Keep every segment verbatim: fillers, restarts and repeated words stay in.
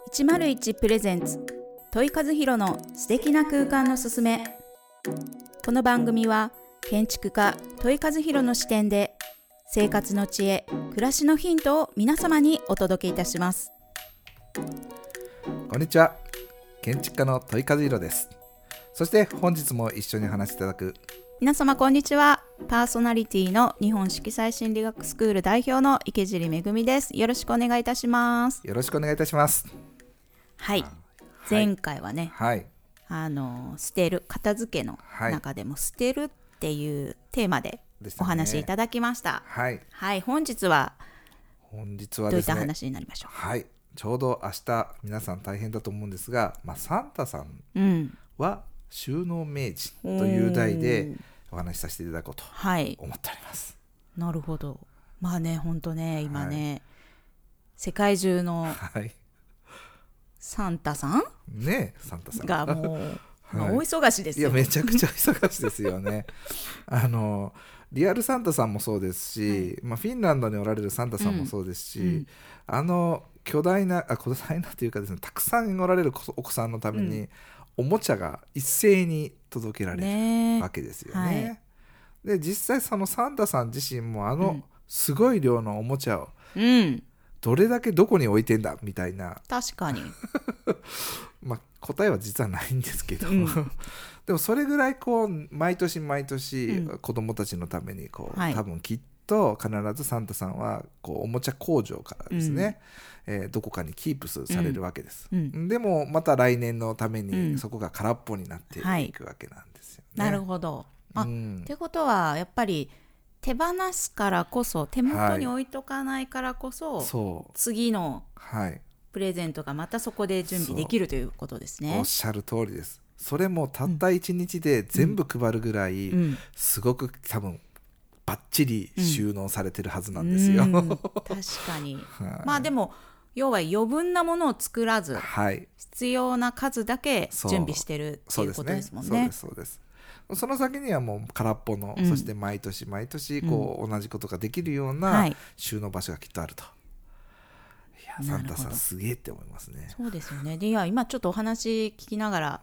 いちまるいちプレゼンツ戸井和弘の素敵な空間のすすめ。この番組は建築家戸井和弘の視点で生活の知恵、暮らしのヒントを皆様にお届けいたします。 こんにちは、建築家の戸井和弘です。そして本日も一緒に話していただく皆様こんにちは。パーソナリティの日本色彩心理学スクール代表の池尻めぐみです。よろしくお願いいたします。 よろしくお願いいたします。 はい、前回はね、 はい、 あの捨てる、片付けの中でも捨てるっていうテーマでお話しいただきました。 はい、 はい、本日は本日はどういっですね、 た話になりましょう。 はい、ちょうど明日皆さん大変だと思うんですが、まあ、サンタさんは収納名人という題でお話しさせていただこうと思っております。 はい、なるほど。まあね、本当ね、今ね、はい、世界中のサンタさん、 ね、サンタさんがもう、まあ、大忙しですよ。 いや、めちゃくちゃ忙しいですよね。あのリアルサンタさんもそうですし、はい、まあ、フィンランドにおられるサンタさんもそうですし、うんうん、あの巨大なあ巨大なというかですね、たくさんおられるお子さんのために、うん、おもちゃが一斉に届けられるわけですよね。ね、はい、で実際そのサンタさん自身もあのすごい量のおもちゃを、うん、どれだけどこに置いてんだみたいな、 確かにまあ答えは実はないんですけど、うん、でもそれぐらいこう毎年毎年、うん、子どもたちのためにこう、はい、多分きっと必ずサンタさんはこうおもちゃ工場からですね、うん、えー、どこかにキープされるわけです、うん、でもまた来年のためにそこが空っぽになっていくわけなんですよね、 はい、なるほど。あ、うん、ってことはやっぱり手放すからこそ、手元に置いとかないからこそ、はい、そう次のプレゼントがまたそこで準備できるということですね。 おっしゃる通りです。それもたったいちにちで全部配るぐらい、うん、すごく多分バッチリ収納されてるはずなんですよ、うんうん、 確かに、はい、まあでも要は余分なものを作らず、はい、必要な数だけ準備してるっていうことですもんね。 そうです、そうです。その先にはもう空っぽの、うん、そして毎年毎年こう、うん、同じことができるような収納場所がきっとあると、はい、いやサンタさんすげえって思いますね。 そうですよね。で、いや今ちょっとお話聞きながら、うん、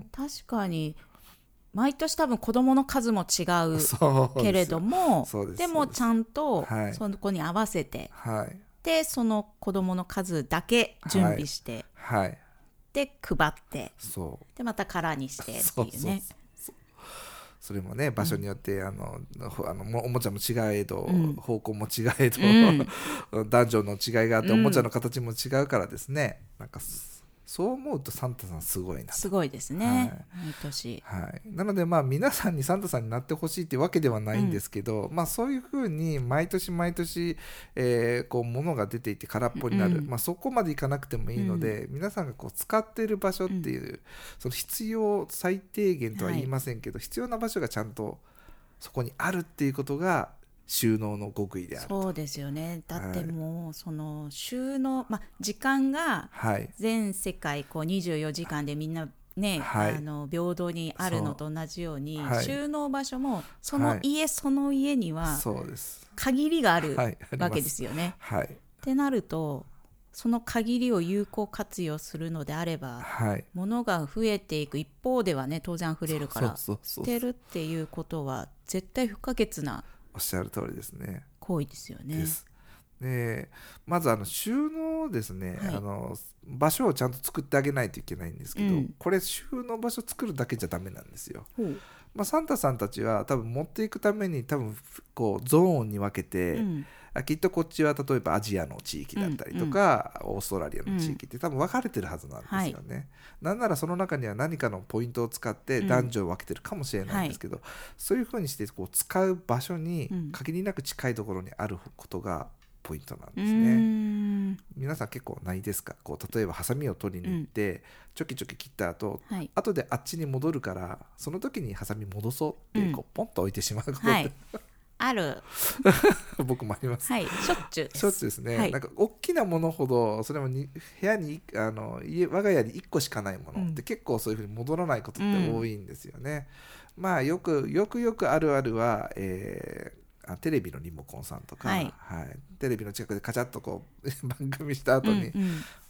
確かに毎年多分子どもの数も違うけれども、 で, でもちゃんとそこに合わせて、はい、でその子どもの数だけ準備して、はいはい、で配って、そうでまた空にしてっていうね。そうそうそう、 それもね場所によって、うん、あのあのおもちゃも違えど、うん、方向も違えど、うん、男女の違いがあって、おもちゃの形も違うからですね、なんかそう思うとサンタさんすごいな、 すごいですね、はい、毎年、 はい、なのでまあ皆さんにサンタさんになってほしいっていうわけではないんですけど、うん、まあそういうふうに毎年毎年、えー、こう物が出ていて空っぽになる、うん、まあ、そこまでいかなくてもいいので、うん、皆さんがこう使っている場所っていう、うん、その必要最低限とは言いませんけど、はい、必要な場所がちゃんとそこにあるっていうことが収納の極意であると。 そうですよね。だってもうその収納、まあ、時間が全世界こうにじゅうよじかんでみんなね、はい、あの平等にあるのと同じように、はい、収納場所もその家、はい、その家には限りがあるわけですよね、はい、ってなるとその限りを有効活用するのであれば、はい、物が増えていく一方ではね、当然溢れるから捨てるっていうことは絶対不可欠なおっしゃる通りですね。 行為ですよね。です。 でまずあの収納ですね、はい、あの場所をちゃんと作ってあげないといけないんですけど、うん、これ収納場所作るだけじゃダメなんですよ。まあ、サンタさんたちは多分持っていくために多分こうゾーンに分けて、うん、きっとこっちは例えばアジアの地域だったりとか、うんうん、オーストラリアの地域って多分分かれてるはずなんですよね、はい、なんならその中には何かのポイントを使って男女を分けてるかもしれないんですけど、うん、はい、そういうふうにしてこう使う場所に限りなく近いところにあることがポイントなんですね。うーん、皆さん結構ないですか？こう例えばハサミを取りに行って、うん、ちょきちょき切った後、はい、後であっちに戻るからその時にハサミ戻そうってこう、うん、ポンと置いてしまうことって、はい、 ある僕もあります、 はい、しょっちゅうです。 しょっちゅうですね、はい、なんか大きなものほどそれもに部屋にあの家我が家にいっこしかないものって、うん、結構そういうふうに戻らないことって多いんですよね、うん、まあよくよくよくあるあるは、えーあテレビのリモコンさんとか、はいはい、テレビの近くでカチャッとこう番組した後に、うんうん、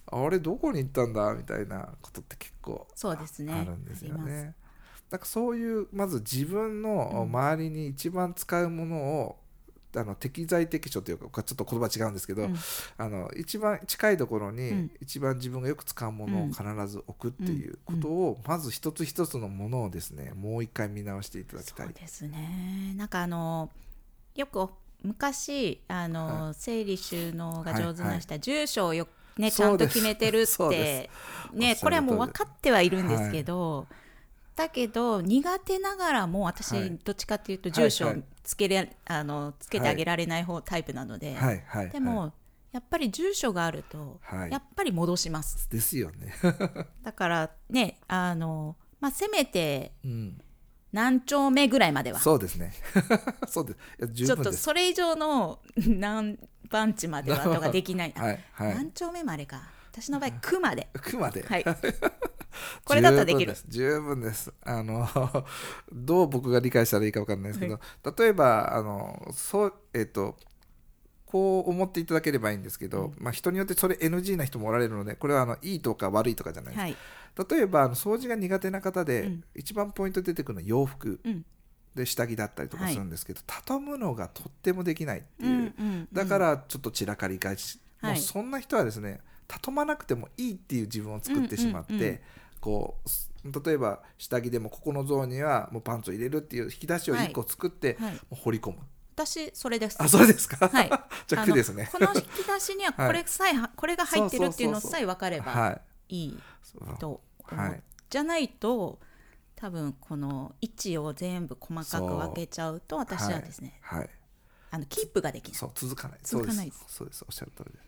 あれどこに行ったんだみたいなことって結構そうですね、 あるんですよね。なんかそういうまず自分の周りに一番使うものを、うん、あの適材適所というかちょっと言葉違うんですけど、うん、あの一番近いところに一番自分がよく使うものを必ず置くっていうことを、まず一つ一つのものをですねもう一回見直していただきたい。 そうですね。なんかあのよく昔あの、はい、整理収納が上手な人は住所をよ、ね、ちゃんと決めてるって、ね、これはもう分かってはいるんですけど、はい、だけど苦手ながらも私、はい、どっちかっていうと住所をつけれ、はいはい、あのつけてあげられない方、はい、タイプなので、はいはい、でも、はい、やっぱり住所があると、はい、やっぱり戻しますですよねだからねあの、まあ、せめて、うん何丁目ぐらいまではそうですねそうです十分です。 ちょっとそれ以上の何番地まではとかできないはい、はい、何丁目までか私の場合区まで区まで、 はい、これだったらできる十分です。あのどう僕が理解したらいいか分かんないですけど、はい、例えばあのそうえっとこう思っていただければいいんですけど、うんまあ、人によってそれ エヌジー な人もおられるのでこれはあのいいとか悪いとかじゃないです、はい、例えばあの掃除が苦手な方で、うん、一番ポイント出てくるのは洋服、うん、で下着だったりとかするんですけど、はい、畳むのがとってもできないっていう、うんうんうん、だからちょっと散らかりがち、はい、もうそんな人はですね畳まなくてもいいっていう自分を作ってしまって、うんうんうん、こう例えば下着でもここのゾーンにはもうパンツを入れるっていう引き出しをいっこ作って、はいはい、もう掘り込む。 私それです。 あ、それですか。 はい。 じゃあ苦ですね。 この引き出しにはこれさえ、はい、これが入ってるっていうのさえ分かればいいと思う、はい、じゃないと多分この位置を全部細かく分けちゃうと私はですね、はいはい、あのキープができない。 そう続かない。 続かないです。 そうです。おっしゃる通りです。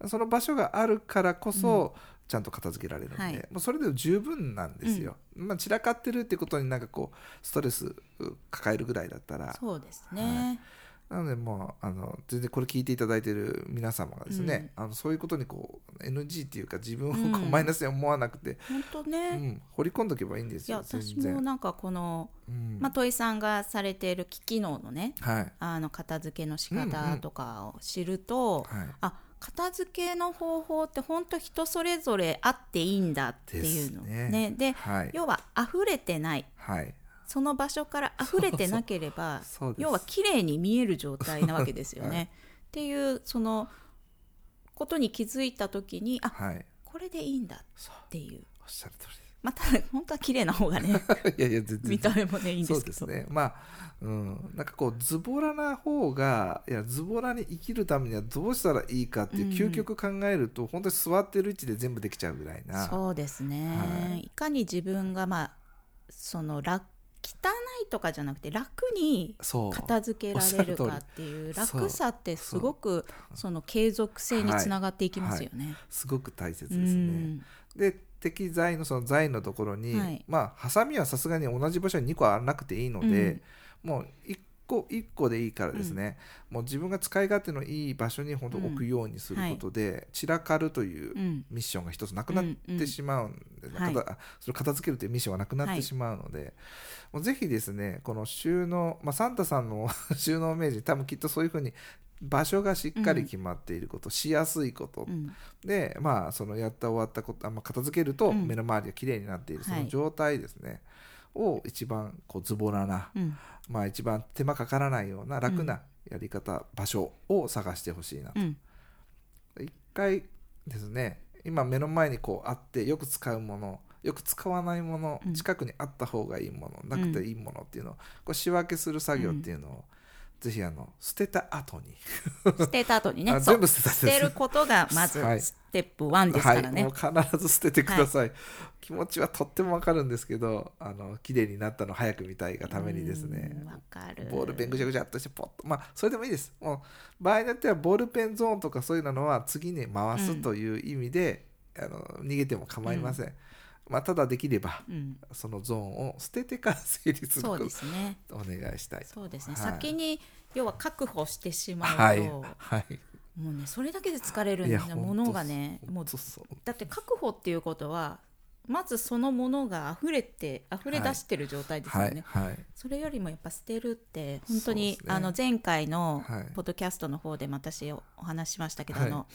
その場所があるからこそ、うん、ちゃんと片付けられるので、はい、もうそれで十分なんですよ、うんまあ、散らかってるってことになんかこうストレス抱えるぐらいだったらそうですね、 はい、なのでもうあの全然これ聞いていただいている皆様がですね、うん、あのそういうことにこう エヌジー っていうか自分をこう、うん、マイナスに思わなくて本当ね、 うん、掘り込んどけばいいんですよ。 いや私もなんかこの、うんまあ、戸井さんがされている機機能のね、はい、あの片付けの仕方とかを知ると、うんうんはい、あ片付けの方法って本当人それぞれあっていいんだっていうのね。ねで、はい、要は溢れてない、はい、その場所から溢れてなければそうそう要は綺麗に見える状態なわけですよね、はい、っていうそのことに気づいた時にあ、はい、これでいいんだっていうおっしゃる通りです。 また本当は綺麗な方がねいやいや全然見た目もねいいんですけどそうですね。まあ、うん、なんかこうズボラな方がいやズボラに生きるためにはどうしたらいいかっていう究極考えると、うん、本当に座ってる位置で全部できちゃうぐらいな。 そうですね、はい、いかに自分がまあその楽汚いとかじゃなくて楽に片付けられるかっていう楽さってすごくその継続性につながっていきますよね、はいはい、 すごく大切ですね、うん、で適材のその材のところに、はい、まあハサミはさすがに同じ場所ににこあらなくていいので、うん、もういっこいっこでいいからですね、うん、もう自分が使い勝手のいい場所に本当置くようにすることで、うんはい、散らかるというミッションが一つなくなってしまうんで、うんうん、それを片付けるというミッションがなくなってしまうので、はい、もうぜひですねこの収納、まあ、サンタさんの収納名人多分きっとそういうふうに場所がしっかり決まっていること、うん、しやすいこと、うん、で、まあ、そのやった終わったこと、まあ、片付けると目の周りがきれいになっている、うん、その状態ですね、はい、を一番こうズボラな、うんまあ、一番手間かからないような楽なやり方、うん、場所を探してほしいなと、うん、一回ですね今目の前にこうあってよく使うものよく使わないもの、うん、近くにあった方がいいものなくていいものっていうのをこう仕分けする作業っていうのを、うんぜひあの捨てた後に捨てた後にね全部捨てた捨てることがまずステップワンですからね、 はいはい、もう必ず捨ててください、はい、気持ちはとってもわかるんですけどあの綺麗になったの早く見たいがためにですねわかるボールペンぐちゃぐちゃっとしてポッとまあそれでもいいですもう場合によってはボールペンゾーンとかそういうのは次に回すという意味で、うん、あの逃げても構いません、うんまあ、ただできれば、うん、そのゾーンを捨ててから整理することをお願いしたい。 そうですね、はい、先に要は確保してしまうと、 はいはい、 もうねそれだけで疲れるんですね物がねもうだって確保っていうことはまずそのものが溢れて溢れ出してる状態ですよね、はいはいはい、それよりもやっぱ捨てるって本当に、ね、あの前回のポッドキャストの方で私お話ししましたけど、はい、あの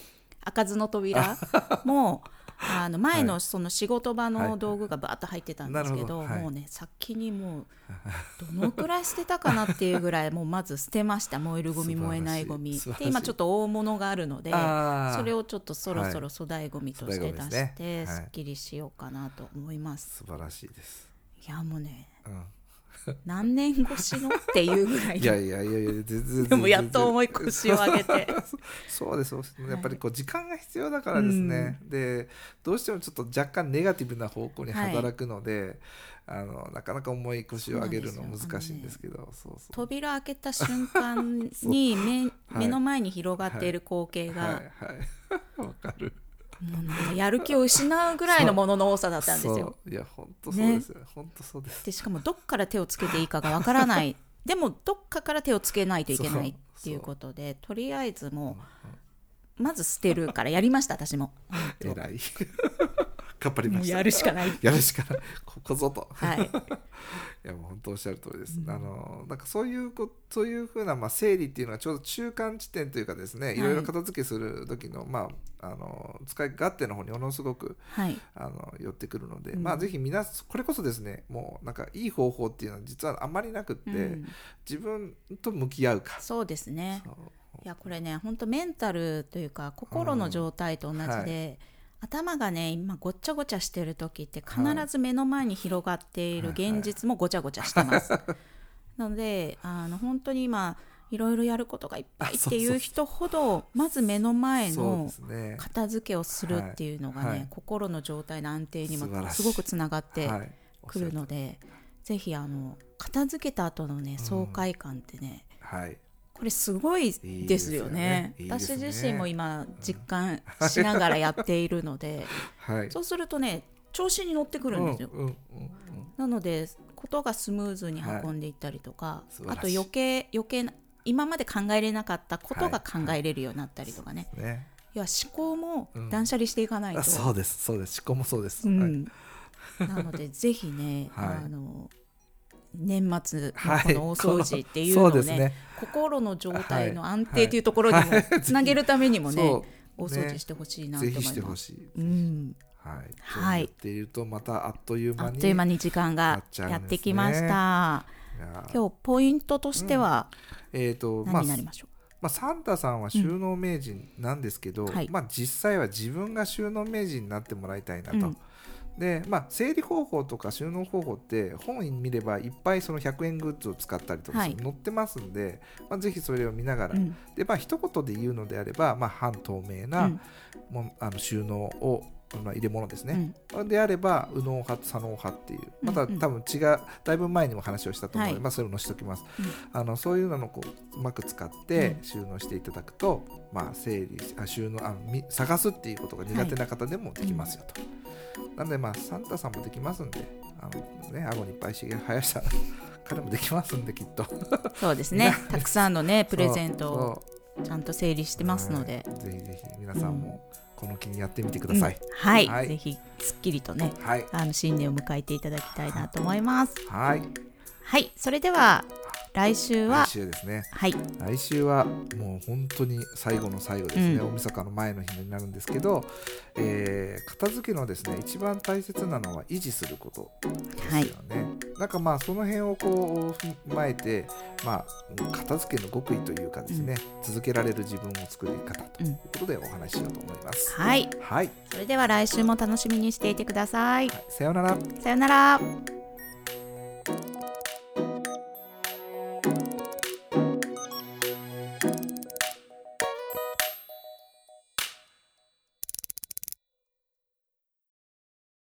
開かずの扉もあの前のその仕事場の道具がバーッと入ってたんですけど、はいはい、もうね先にもうどのくらい捨てたかなっていうぐらいもうまず捨てました。燃えるゴミ燃えないゴミで今ちょっと大物があるのでそれをちょっとそろそろ粗大ゴミとして出してすっきりしようかなと思います。 素晴らしいです。 いやもうね、うん何年越しのっていうぐらいいやいやいやいや全然でもやっと重い腰を上げてそうですやっぱりこう時間が必要だからですね、うん、でどうしてもちょっと若干ネガティブな方向に働くので、はい、あのなかなか重い腰を上げるの難しいんですけどそうそうそう扉開けた瞬間に 目, 目の前に広がっている光景がわ、はいはいはい、かるもうなんかやる気を失うぐらいのものの多さだったんですよ。 いや本当そうですよ、ね、本当そうです。 でしかもどっから手をつけていいかがわからないでもどっかから手をつけないといけないっていうことでとりあえずもうまず捨てるからやりました私も。 えらい頑張りました。 もうやるしかないやるしかないここぞと、 はい、いやもう本当おっしゃる通りです、うん、あのなんかそういうこそういうふうな、まあ、整理っていうのはちょうど中間地点というかですね、はい、いろいろ片付けする時の、まあ、あの使い勝手の方にものすごく、はい、あの寄ってくるので、うんまあ、ぜひ皆これこそですねもうなんかいい方法っていうのは実はあまりなくって、うん、自分と向き合うか。 そうですね。いやこれね本当メンタルというか心の状態と同じで、うんはい頭がね今ごっちゃごちゃしてる時って必ず目の前に広がっている現実もごちゃごちゃしてます、はいはい、なのであの本当に今いろいろやることがいっぱいっていう人ほどまず目の前の片付けをするっていうのがね、はいはい、心の状態の安定にもすごくつながってくるので、はい、ぜひあの片付けた後のね爽快感ってね、うんはいこれすごいですよね。いいですよね。いいですね。私自身も今実感しながらやっているので、はい、そうするとね調子に乗ってくるんですよ、うんうんうん、なのでことがスムーズに運んでいったりとか、はい、あと余計余計な今まで考えれなかったことが考えれるようになったりとかね、はいはい、いや思考も断捨離していかないと、うん、 そうですそうです思考もそうです、 うんはい、なのでぜひね、はい、あの年末のこの大掃除っていうのを ね,、はい、ね心の状態の安定というところにもつなげるためにもね、はいはい、大掃除してほしいなと思います。 ぜひしてほしい、 うんはいはい、やっているとまたあっという間にあっという間に時間がやってきました。今日ポイントとしては何になりましょう。 まあ、サンタさんは収納名人なんですけど、うんはいまあ、実際は自分が収納名人になってもらいたいなと、うんでまあ、整理方法とか収納方法って本見ればいっぱいそのひゃくえんグッズを使ったりとか載ってますんで、はいまあ、ぜひそれを見ながら、うん、でまあ一言で言うのであれば、まあ、半透明な、うん、もあの収納を、まあ、入れ物ですね、うん、であれば右脳派左脳派っていうまた多分違うだいぶ前にも話をしたと思うので、はいまあ、それを載せておきます、うん、あのそういうのをこううまく使って収納していただくと、まあ、整理あ収納あ探すっていうことが苦手な方でもできますよと、はいなのでまあサンタさんもできますんであの、ね、顎にいっぱいひげ生やした彼もできますんできっとそうですねたくさんのねプレゼントをちゃんと整理してますので、 はい、ぜひぜひ皆さんもこの気にやってみてください、 うんはい、はい、ぜひすっきりとね、はい、あの新年を迎えていただきたいなと思いますはい、 はい、それでは来週は来週ですね、 はい、 来週はもう本当に最後の最後ですね、うん、大晦日の前の日になるんですけど、えー、片付けのですね一番大切なのは維持することですよね、はい、なんかまあその辺をこう踏まえて、まあ、片付けの極意というかですね、うん、続けられる自分を作り方ということでお話ししようと思います、 うん、はい、はい、それでは来週も楽しみにしていてください、はい、 さようならさようなら。